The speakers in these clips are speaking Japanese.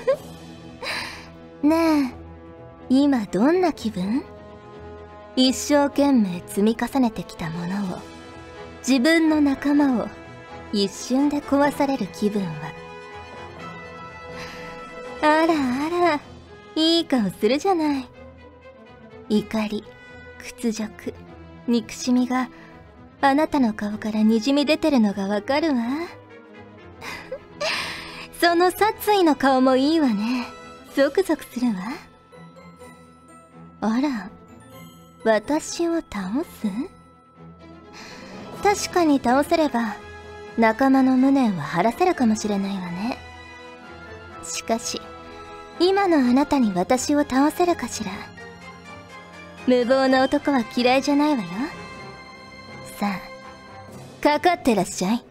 ねえ、今どんな気分？一生懸命積み重ねてきたものを、自分の仲間を一瞬で壊される気分は。あらあら、いい顔するじゃない。怒り、屈辱、憎しみがあなたの顔からにじみ出てるのがわかるわ。その殺意の顔もいいわね。ゾクゾクするわ。あら、私を倒す？確かに倒せれば仲間の無念は晴らせるかもしれないわね。しかし今のあなたに私を倒せるかしら。無謀な男は嫌いじゃないわよ。さあ、かかってらっしゃい。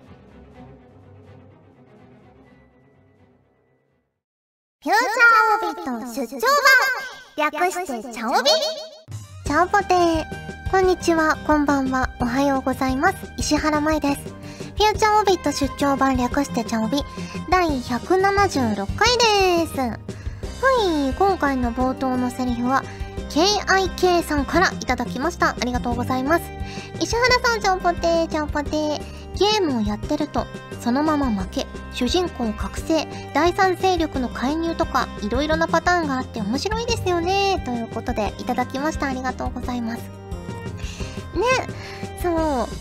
フューチャーオビット出張版、略してチャオビ。チャオポテー、こんにちは、こんばんは、おはようございます。石原舞です。フューチャーオビット出張版、略してチャオビ第176回です。はい、今回の冒頭のセリフはKIK さんからいただきました。ありがとうございます。石原さん、チャオポテー、チャオポテー。ゲームをやってるとそのまま負け、主人公覚醒、第三勢力の介入とかいろいろなパターンがあって面白いですよね、ということでいただきました。ありがとうございます。ね、そう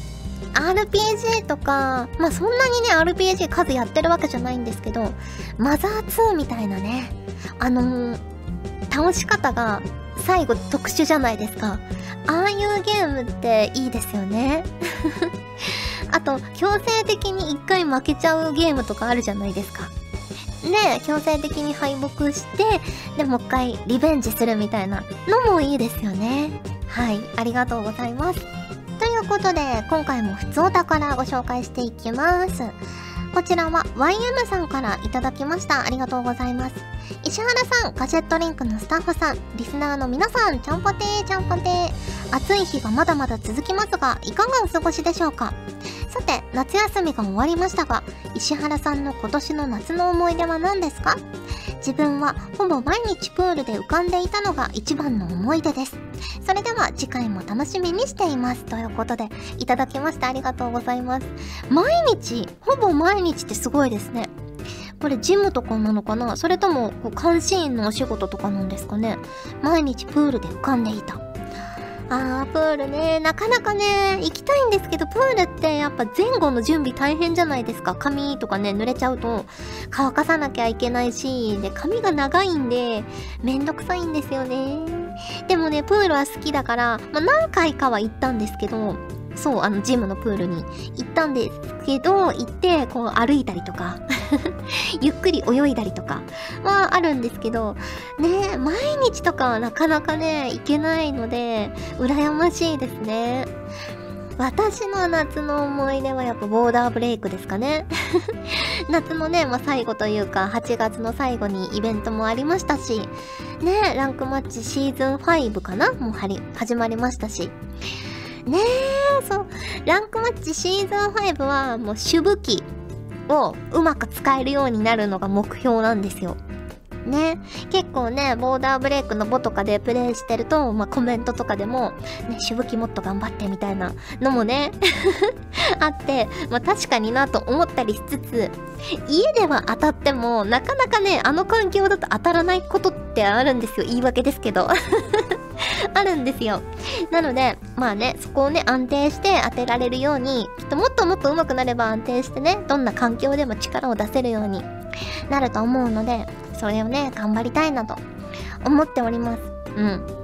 、RPG とか、まあそんなにね RPG 数やってるわけじゃないんですけど、マザー2みたいなね、倒し方が最後特殊じゃないですか。ああいうゲームっていいですよね。あと強制的に一回負けちゃうゲームとかあるじゃないですか。で、強制的に敗北して、でもう一回リベンジするみたいなのもいいですよね。はい、ありがとうございます。ということで、今回もふつおたからご紹介していきます。こちらは YM さんからいただきました。ありがとうございます。石原さん、カセットリンクのスタッフさん、リスナーの皆さん、ちゃんぽてーちゃんぽてー。暑い日がまだまだ続きますが、いかがお過ごしでしょうか。さて、夏休みが終わりましたが、石原さんの今年の夏の思い出は何ですか？自分はほぼ毎日プールで浮かんでいたのが一番の思い出です。それでは次回も楽しみにしています。ということで、いただきましてありがとうございます。毎日、ほぼ毎日ってすごいですね。これジムとかなのかな？それとも監視員のお仕事とかなんですかね？毎日プールで浮かんでいた。プールね、なかなかね、行きたいんですけど、プールってやっぱ前後の準備大変じゃないですか。髪とかね、濡れちゃうと乾かさなきゃいけないし、で、髪が長いんで、めんどくさいんですよね。でもね、プールは好きだから、何回かは行ったんですけど、そう、ジムのプールに行ったんですけど、行って、こう歩いたりとか、ゆっくり泳いだりとかはあるんですけど、ね、毎日とかはなかなかね、行けないので、羨ましいですね。私の夏の思い出はやっぱボーダーブレイクですかね。夏のね、最後というか、8月の最後にイベントもありましたし、ね、ランクマッチシーズン5かな？もう始まりましたし。ねえ、そう。ランクマッチシーズン5はもう主武器をうまく使えるようになるのが目標なんですよ。ね。結構ね、ボーダーブレイクのボとかでプレイしてると、コメントとかでも、ね、主武器もっと頑張ってみたいなのもね、あって、確かになと思ったりしつつ、家では当たっても、なかなかね、あの環境だと当たらないことってあるんですよ。言い訳ですけど。あるんですよ。なので、そこをね、安定して当てられるように、きっともっともっと上手くなれば安定してね、どんな環境でも力を出せるようになると思うので、それをね、頑張りたいなと思っております。うん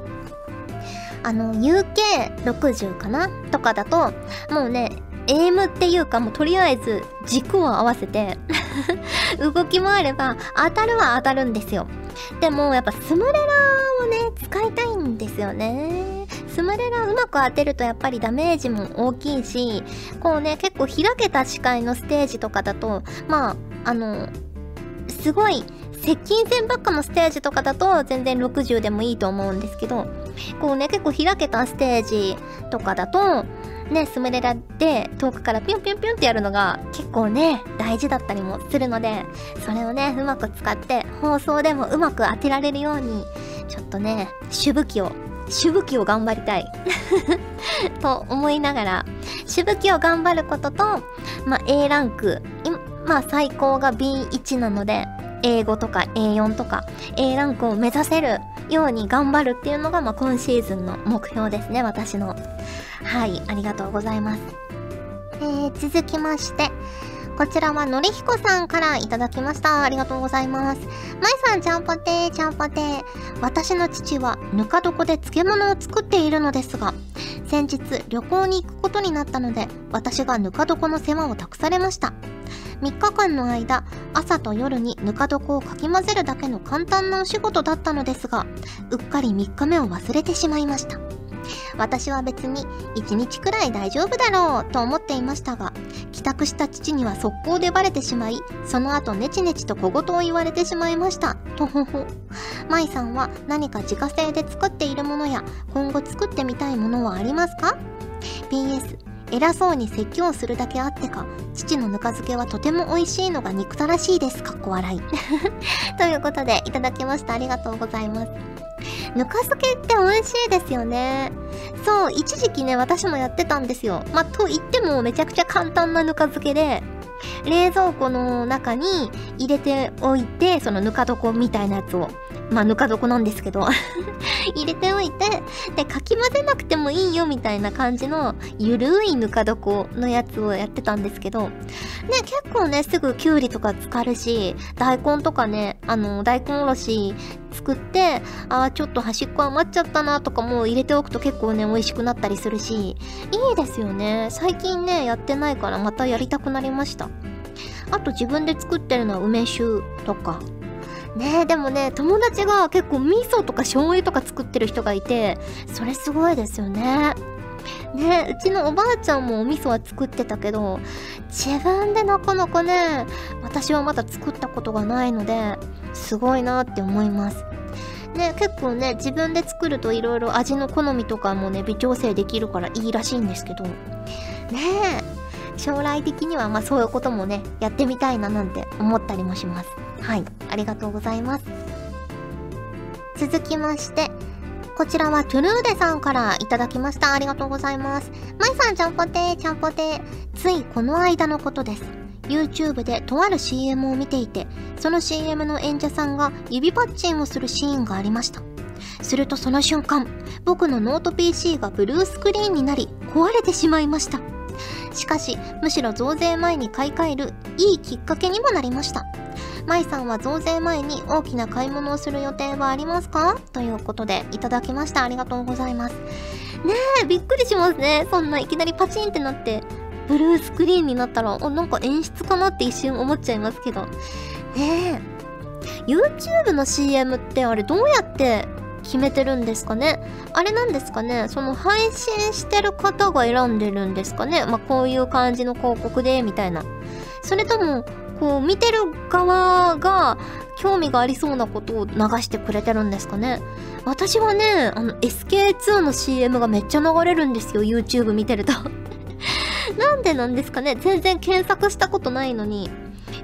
。UK60 かなとかだと、もうね、エイムっていうかもうとりあえず軸を合わせて動き回れば当たるは当たるんですよ。でもやっぱスムレラをね、使いたいんですよね。スムレラうまく当てるとやっぱりダメージも大きいし、こうね、結構開けた視界のステージとかだと、 すごい接近戦ばっかのステージとかだと全然60でもいいと思うんですけど、こうね、結構開けたステージとかだとね、スムレラで遠くからピュンピュンピュンってやるのが結構ね、大事だったりもするので、それをね、うまく使って放送でもうまく当てられるように、ちょっとね、しぶきを頑張りたいと思いながら、しぶきを頑張ることと、まあ A ランク、まあ最高が B1 なので、英語とか A4 とか A ランクを目指せるように頑張るっていうのが、まあ今シーズンの目標ですね、私の。はい、ありがとうございます。続きまして、こちらはのりひこさんからいただきました。ありがとうございます。まいさん、ちゃんぽてー、ちゃんぽてー。私の父はぬか床で漬物を作っているのですが、先日旅行に行くことになったので、私がぬか床の世話を託されました。3日間の間、朝と夜にぬか床をかき混ぜるだけの簡単なお仕事だったのですが、うっかり3日目を忘れてしまいました。私は別に1日くらい大丈夫だろうと思っていましたが、帰宅した父には速攻でバレてしまい、その後ネチネチと小言を言われてしまいました。とほほ。まいさんは何か自家製で作っているものや今後作ってみたいものはありますか？ PS、偉そうに説教するだけあってか、父のぬか漬けはとても美味しいのが憎たらしいです。かっこ笑い。ということでいただきました。ありがとうございます。ぬか漬けって美味しいですよね。そう、一時期ね、私もやってたんですよ。まあ、と言ってもめちゃくちゃ簡単なぬか漬けで、冷蔵庫の中に入れておいて、そのぬか床みたいなやつを、まあぬか床なんですけど入れておいて、でかき混ぜなくてもいいよみたいな感じのゆるいぬか床のやつをやってたんですけどね、結構ね、すぐきゅうりとか浸かるし、大根とかね、大根おろし作って、ちょっと端っこ余っちゃったなとかも入れておくと結構ね、美味しくなったりするし、いいですよね。最近ね、やってないからまたやりたくなりました。あと自分で作ってるのは梅酒とか。ねえ、でもね、友達が結構味噌とか醤油とか作ってる人がいて、それすごいですよね。ねえ、うちのおばあちゃんもお味噌は作ってたけど、自分でなかなかね、私はまだ作ったことがないので、すごいなって思います。ね、結構ね、自分で作ると色々味の好みとかもね、微調整できるからいいらしいんですけど、ねえ、将来的にはまあそういうこともね、やってみたいななんて思ったりもします。はい、ありがとうございます。続きまして、こちらはトゥルーデさんからいただきました。ありがとうございます。まいさん、ちゃんぽてー、ちゃんぽてー。ついこの間のことです。YouTube でとある CM を見ていて、その CM の演者さんが指パッチンをするシーンがありました。するとその瞬間、僕のノート PC がブルースクリーンになり、壊れてしまいました。しかし、むしろ増税前に買い替えるいいきっかけにもなりました。まいさんは増税前に大きな買い物をする予定はありますか？ということでいただきました。ありがとうございます。ねえ、びっくりしますね。そんないきなりパチンってなって、ブルースクリーンになったら、なんか演出かなって一瞬思っちゃいますけど。ねえ、YouTube の CM ってあれどうやって決めてるんですかね？あれなんですかね？その配信してる方が選んでるんですかね？まあ、こういう感じの広告で、みたいな。それとも、こう見てる側が興味がありそうなことを流してくれてるんですかね。私はね、SK2 の CM がめっちゃ流れるんですよ、 YouTube 見てるとなんでなんですかね。全然検索したことないのに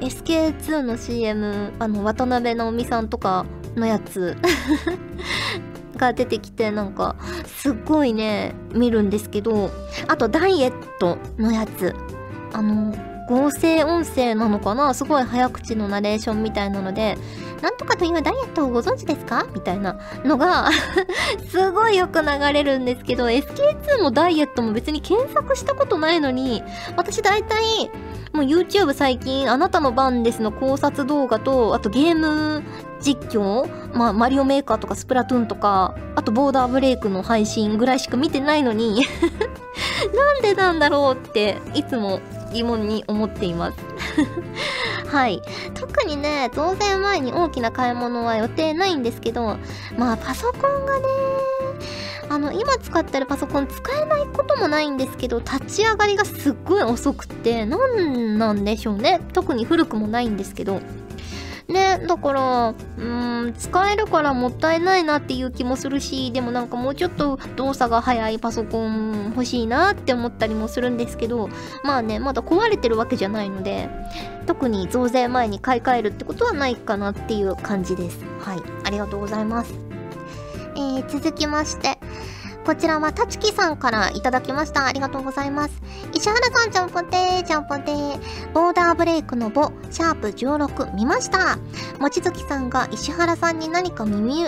SK2 の CM、渡辺直美さんとかのやつが出てきて、なんかすっごいね見るんですけど、あとダイエットのやつ、合成音声なのかな、すごい早口のナレーションみたいなので、なんとかというダイエットをご存知ですかみたいなのがすごいよく流れるんですけど、 SK2 もダイエットも別に検索したことないのに、私大体もう YouTube 最近あなたの番ですの考察動画と、あとゲーム実況、マリオメーカーとかスプラトゥーンとか、あとボーダーブレイクの配信ぐらいしか見てないのになんでなんだろうっていつも疑問に思っていますはい。特にね、増税前に大きな買い物は予定ないんですけど、まあパソコンがね、今使ってるパソコン使えないこともないんですけど、立ち上がりがすっごい遅くって、なんでしょうね。特に古くもないんですけど、 ね、だから、使えるからもったいないなっていう気もするし、でもなんかもうちょっと動作が早いパソコン欲しいなって思ったりもするんですけど、まあね、まだ壊れてるわけじゃないので、特に増税前に買い替えるってことはないかなっていう感じです。はい、ありがとうございます。続きまして、こちらはたちきさんからいただきました。ありがとうございます。石原さん、ちゃんぽてー、ちゃんぽてー。ボーダーブレイクのボ、シャープ16見ました。もちづきさんが石原さんに何か耳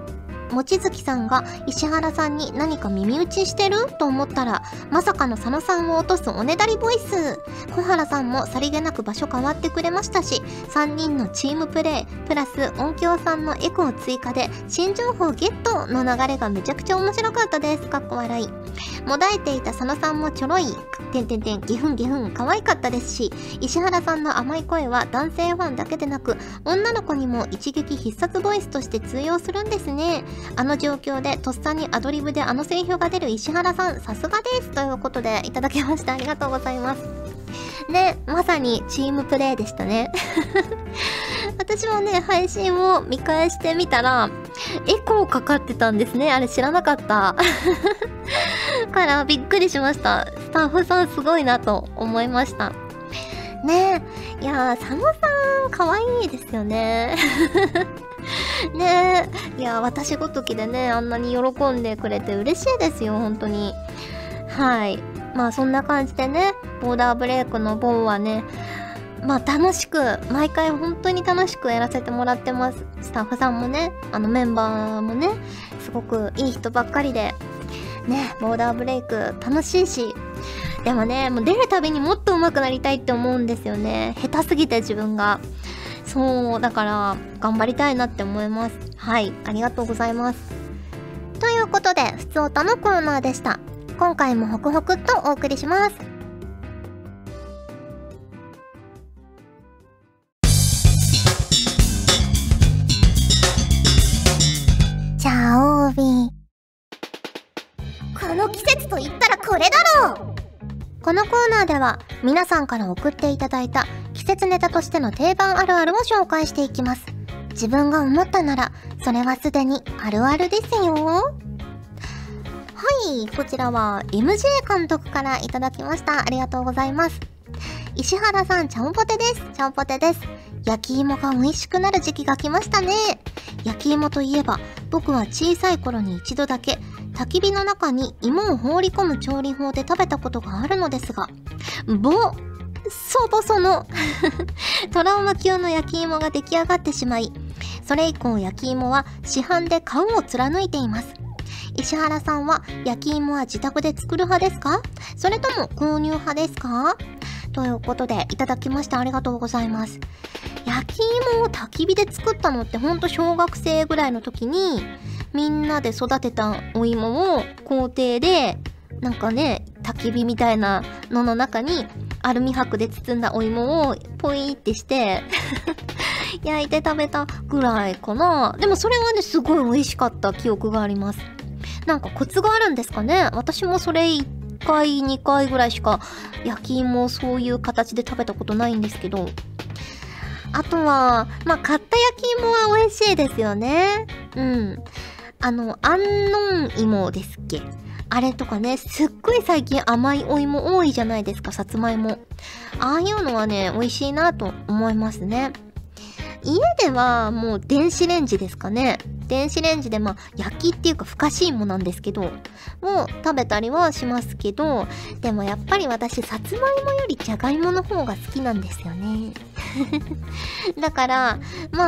打ちしてると思ったら、まさかの佐野さんを落とすおねだりボイス。小原さんもさりげなく場所変わってくれましたし、3人のチームプレイプラス音響さんのエコー追加で新情報ゲットの流れがめちゃくちゃ面白かったです。かっこ笑い。もだえていた佐野さんもちょろいギフンギフン可愛かったですし、石原さんの甘い声は男性ファンだけでなく女の子にも一撃必殺ボイスとして通用するんですね。あの状況でとっさにアドリブであの声優が出る石原さん、さすがです。ということでいただきました。ありがとうございます。ね、まさにチームプレイでしたね。私もね、配信を見返してみたらエコーかかってたんですね。あれ知らなかったからびっくりしました。スタッフさんすごいなと思いましたね。いやー、佐野さん可愛いですよね。ねえ、いや、私ごときでね、あんなに喜んでくれて嬉しいですよ、本当に。はい。まあそんな感じでね、ボーダーブレイクのボンはね、まあ楽しく、毎回本当に楽しくやらせてもらってます。スタッフさんもね、メンバーもね、すごくいい人ばっかりで、ね、ボーダーブレイク楽しいし、でもね、もう出るたびにもっと上手くなりたいって思うんですよね。下手すぎて自分が。そう、だから頑張りたいなって思います。はい、ありがとうございます。ということで、ふつおたのコーナーでした。今回もホクホクっとお送りします。チャオービー。この季節と言ったらこれだろう。このコーナーでは皆さんから送っていただいた季節ネタとしての定番あるあるを紹介していきます。自分が思ったならそれはすでにあるあるですよ。はい、こちらは MJ 監督からいただきました。ありがとうございます。石原さん、ちゃんぽてです。ちゃんぽてです。焼き芋が美味しくなる時期が来ましたね。焼き芋といえば、僕は小さい頃に一度だけ焚き火の中に芋を放り込む調理法で食べたことがあるのですが、そのトラウマ級の焼き芋が出来上がってしまい、それ以降焼き芋は市販で皮を貫いています。石原さんは焼き芋は自宅で作る派ですか？それとも購入派ですか？ということでいただきました。ありがとうございます。焼き芋を焚き火で作ったのってほんと小学生ぐらいの時にみんなで育てたお芋を校庭でなんかね、焚き火みたいなのの中にアルミ箔で包んだお芋をポイってして焼いて食べたぐらいかな。でもそれはね、すごい美味しかった記憶があります。なんかコツがあるんですかね。私もそれ1回2回ぐらいしか焼き芋をそういう形で食べたことないんですけど、あとはまあ買った焼き芋は美味しいですよね。うん、安納芋ですっけ、あれとかね、すっごい最近甘いお芋多いじゃないですか、さつまいも。ああいうのはね、美味しいなと思いますね。家ではもう電子レンジですかね。電子レンジで焼きっていうかふかし芋なんですけど、もう食べたりはしますけど、でもやっぱり私さつまいもよりじゃがいもの方が好きなんですよね。だから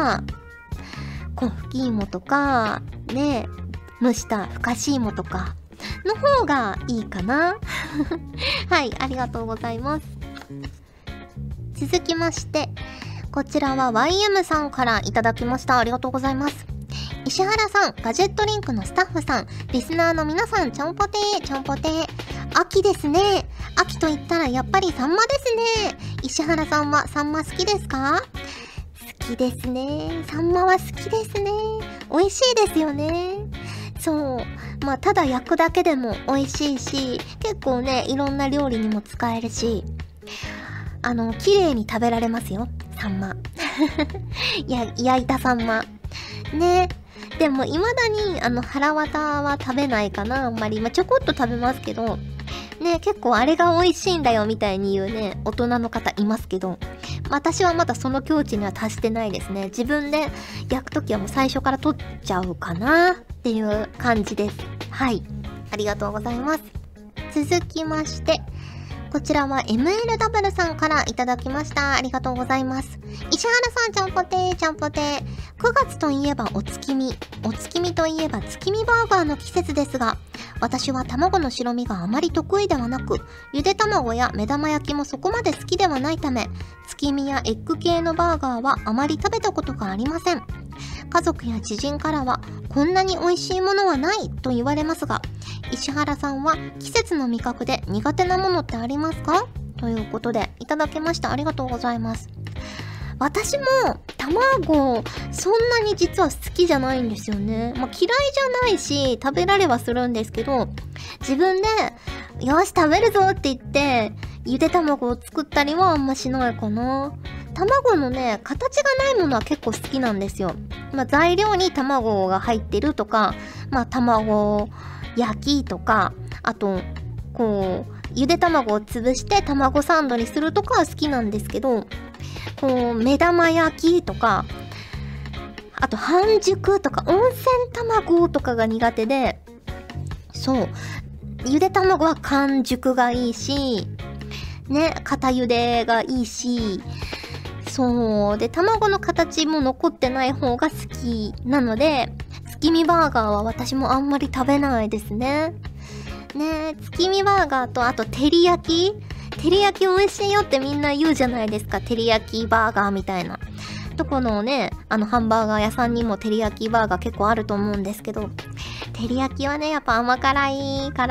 ふき芋とかね、蒸したふかし芋とかの方がいいかな。はい、ありがとうございます。続きましてこちらは YM さんからいただきました。ありがとうございます。石原さん、ガジェットリンクのスタッフさん、リスナーの皆さん、ちゃんぽてー、ちゃんぽてー。秋ですね。秋と言ったらやっぱりサンマですね。石原さんはサンマ好きですか？好きですね。サンマは好きですね。美味しいですよね。そう。ただ焼くだけでも美味しいし、結構ね、いろんな料理にも使えるし、綺麗に食べられますよ、サンマ。 焼いたさんま。ね。でも、未だに、腹渡は食べないかな、あんまり。ちょこっと食べますけど、ね、結構あれが美味しいんだよ、みたいに言うね、大人の方いますけど、私はまだその境地には達してないですね。自分で焼くときはもう最初から取っちゃうかな、っていう感じです。はい。ありがとうございます。続きまして、こちらは MLW さんからいただきました。ありがとうございます。石原さん、ちゃんぽてー、ちゃんぽてー。9月といえばお月見。お月見といえば月見バーガーの季節ですが、私は卵の白身があまり得意ではなく、ゆで卵や目玉焼きもそこまで好きではないため、月見やエッグ系のバーガーはあまり食べたことがありません。家族や知人からは、こんなに美味しいものはないと言われますが、石原さんは季節の味覚で苦手なものってありますか？ということでいただきました。ありがとうございます。私も卵そんなに実は好きじゃないんですよね。嫌いじゃないし食べられはするんですけど、自分でよし食べるぞって言ってゆで卵を作ったりはあんましないかな。卵のね、形がないものは結構好きなんですよ。材料に卵が入ってるとか、卵焼きとか、あとゆで卵を潰して卵サンドにするとかは好きなんですけど、目玉焼きとか、あと半熟とか温泉卵とかが苦手で、そう、ゆで卵は完熟がいいし、ね、片ゆでがいいし、そうで、卵の形も残ってない方が好きなので、月見バーガーは私もあんまり食べないですね。ね、月見バーガーと、あと照り焼き美味しいよってみんな言うじゃないですか。照り焼きバーガーみたいな。どこのね、ハンバーガー屋さんにも照り焼きバーガー結構あると思うんですけど、照り焼きはね、やっぱ甘辛いから、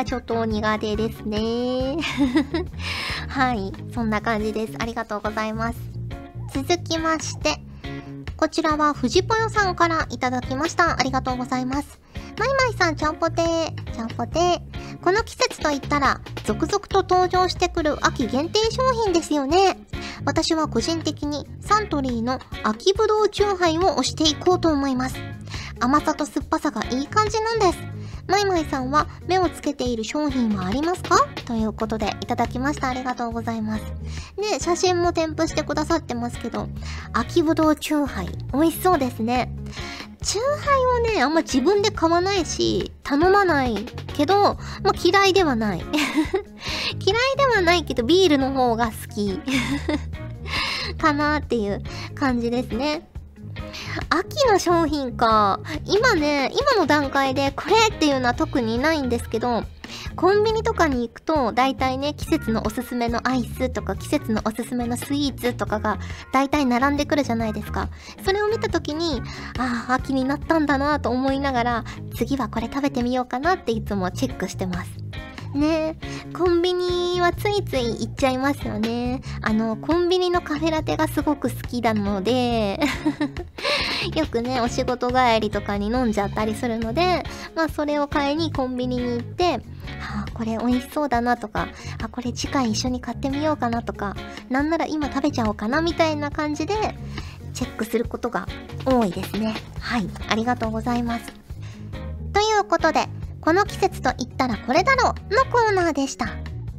ちょっと苦手ですね。はい。そんな感じです。ありがとうございます。続きまして、こちらは藤ぽよさんからいただきました。ありがとうございます。まいまいさん、ちゃんぽてー、ちゃんぽてー。この季節といったら、続々と登場してくる秋限定商品ですよね。私は個人的にサントリーの秋ぶどうチューハイを推していこうと思います。甘さと酸っぱさがいい感じなんです。まいまいさんは目をつけている商品はありますか？ということでいただきました。ありがとうございます。ね、写真も添付してくださってますけど、秋ぶどうチューハイ、美味しそうですね。チューハイをね、あんま自分で買わないし、頼まないけど、嫌いではない。嫌いではないけど、ビールの方が好き。かなっていう感じですね。秋の商品か。今の段階でこれっていうのは特にないんですけど、コンビニとかに行くと大体ね、季節のおすすめのアイスとか季節のおすすめのスイーツとかが大体並んでくるじゃないですか。それを見た時に、秋になったんだなと思いながら、次はこれ食べてみようかなっていつもチェックしてます。ね、コンビニはついつい行っちゃいますよね。コンビニのカフェラテがすごく好きなのでよくね、お仕事帰りとかに飲んじゃったりするので、それを買いにコンビニに行って、これ美味しそうだなとか、これ次回一緒に買ってみようかなとか、なんなら今食べちゃおうかなみたいな感じでチェックすることが多いですね。はい、ありがとうございます。ということで、この季節と言ったらこれだろうのコーナーでした。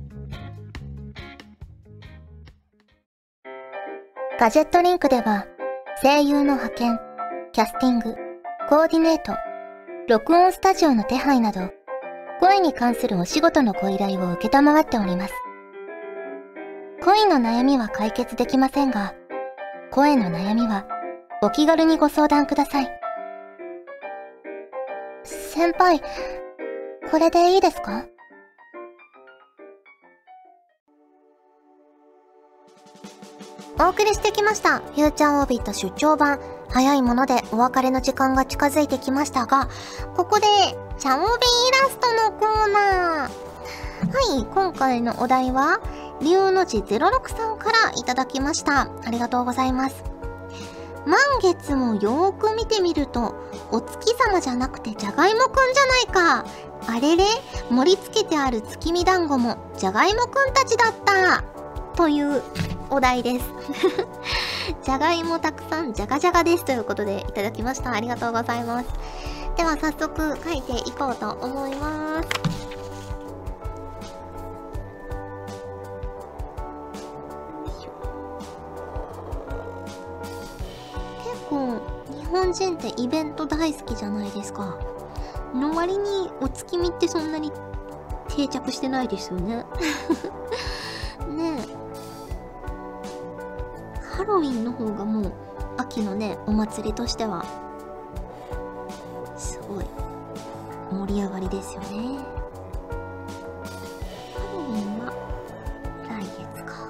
ガジェットリンクでは声優の派遣、キャスティング、コーディネート、録音スタジオの手配など声に関するお仕事のご依頼を受けたまわっております。恋の悩みは解決できませんが、声の悩みはお気軽にご相談ください。先輩、これでいいですか？お送りしてきましたフューチャーオービット出張版。早いものでお別れの時間が近づいてきましたが、ここでチャオビイラストのコーナー。はい、今回のお題は龍の字06さんからいただきました。ありがとうございます。満月もよーく見てみると、お月様じゃなくてじゃがいもくんじゃないか。あれれ、盛り付けてある月見団子もじゃがいもくんたちだった。というお題です。 じゃがいもたくさんじゃがじゃがですということでいただきました。ありがとうございます。では早速書いていこうと思います。結構日本人ってイベント大好きじゃないですか。の割にお月見ってそんなに定着してないですよね。ねえ。ハロウィンの方がもう秋のね、お祭りとしてはすごい盛り上がりですよね。ハロウィンは来月か。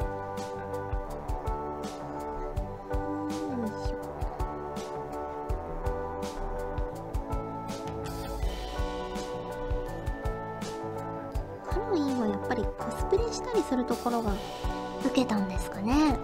よいしょ。ハロウィンはやっぱりコスプレしたりするところが受けたんですかね。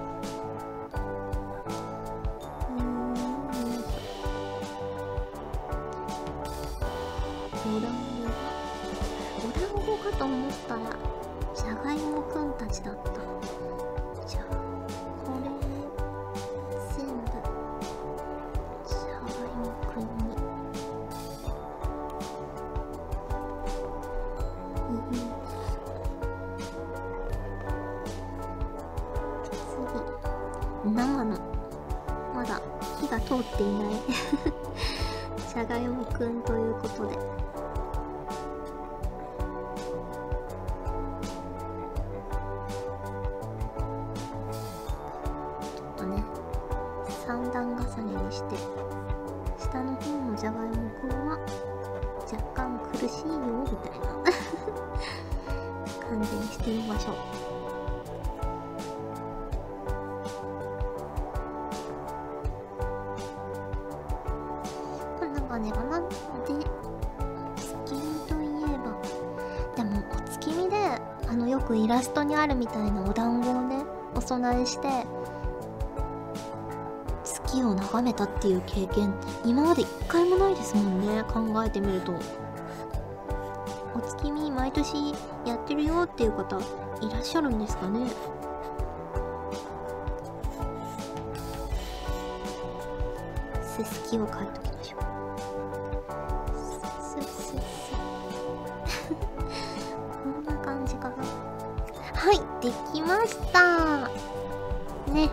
お団子かと思ったらじゃがいもくんたちだった。じゃあこれ全部じゃがいもくんに次生のまだ火が通っていないじゃがいもくんということで、3段重ねにして下の方のじゃがいもくんは若干苦しいよみたいな感じにしてみましょう。こんな感じかな。で、月見といえば、でもお月見でよくイラストにあるみたいなお団子をねお供えして月を眺めたっていう経験今まで一回もないですもんね。考えてみるとお月見毎年やってるよっていう方いらっしゃるんですかね。すすきを書いときましょう。すすすこんな感じかな。はい、できましたね。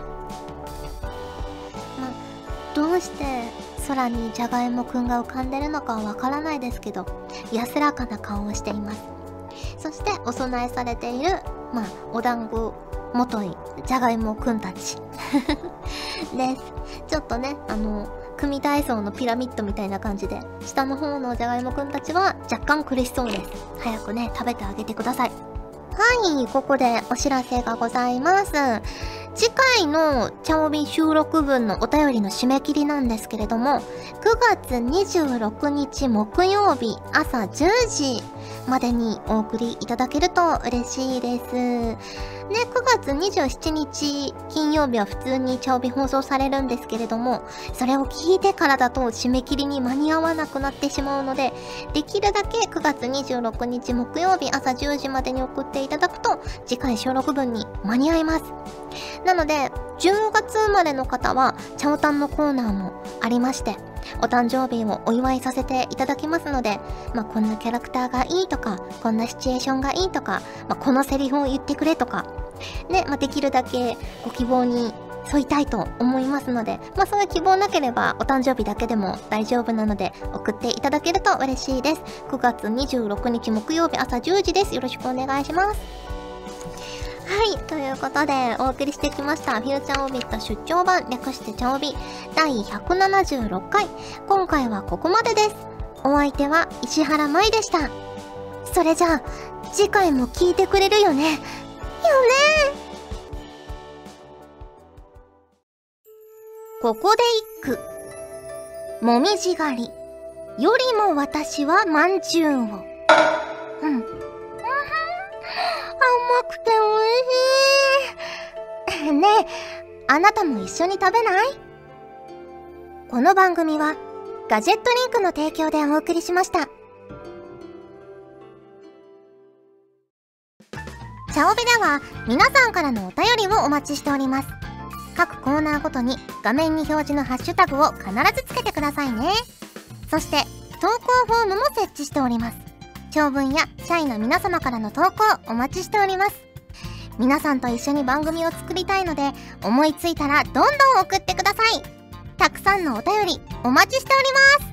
どうして空にじゃがいもくんが浮かんでるのかはわからないですけど、安らかな顔をしています。そしてお供えされているお団子元いじゃがいもくんたちです。ちょっとね組体操のピラミッドみたいな感じで下の方のじゃがいもくんたちは若干苦しそうです。早くね食べてあげてください。はい、ここでお知らせがございます。次回のチャオビ収録分のお便りの締め切りなんですけれども、9月26日木曜日朝10時までにお送りいただけると嬉しいです。で、9月27日金曜日は普通にチャオビ放送されるんですけれども、それを聞いてからだと締め切りに間に合わなくなってしまうので、できるだけ9月26日木曜日朝10時までに送っていただくと次回収録分に間に合います。なので10月生まれの方はチャオタンのコーナーもありまして、お誕生日をお祝いさせていただきますので、こんなキャラクターがいいとか、こんなシチュエーションがいいとか、このセリフを言ってくれとかね、できるだけご希望に沿いたいと思いますので、そういう希望なければお誕生日だけでも大丈夫なので送っていただけると嬉しいです。9月26日木曜日朝10時です。よろしくお願いします。はい、ということでお送りしてきましたフューチャーオービット出張版略してチャオビ第176回。今回はここまでです。お相手は石原舞でした。それじゃあ次回も聞いてくれるよね。よね。ここで一句。もみじ狩りよりも私はまんじゅうを。甘くて美味しい。ねえ、あなたも一緒に食べない？この番組はガジェットリンクの提供でお送りしました。チャオベでは皆さんからのお便りをお待ちしております。 各コーナーごとに画面に表示のハッシュタグを必ずつけてくださいね。そして投稿フォームも設置しております。長文や社員の皆様からの投稿お待ちしております。皆さんと一緒に番組を作りたいので、思いついたらどんどん送ってください。たくさんのお便りお待ちしております。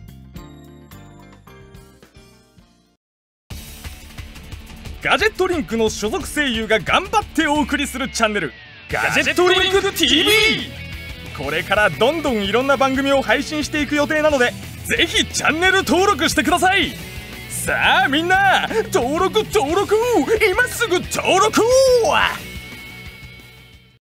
ガジェットリンクの所属声優が頑張ってお送りするチャンネル、ガジェットリンク TV。 これからどんどんいろんな番組を配信していく予定なので、ぜひチャンネル登録してください。さあみんな、登録今すぐ登録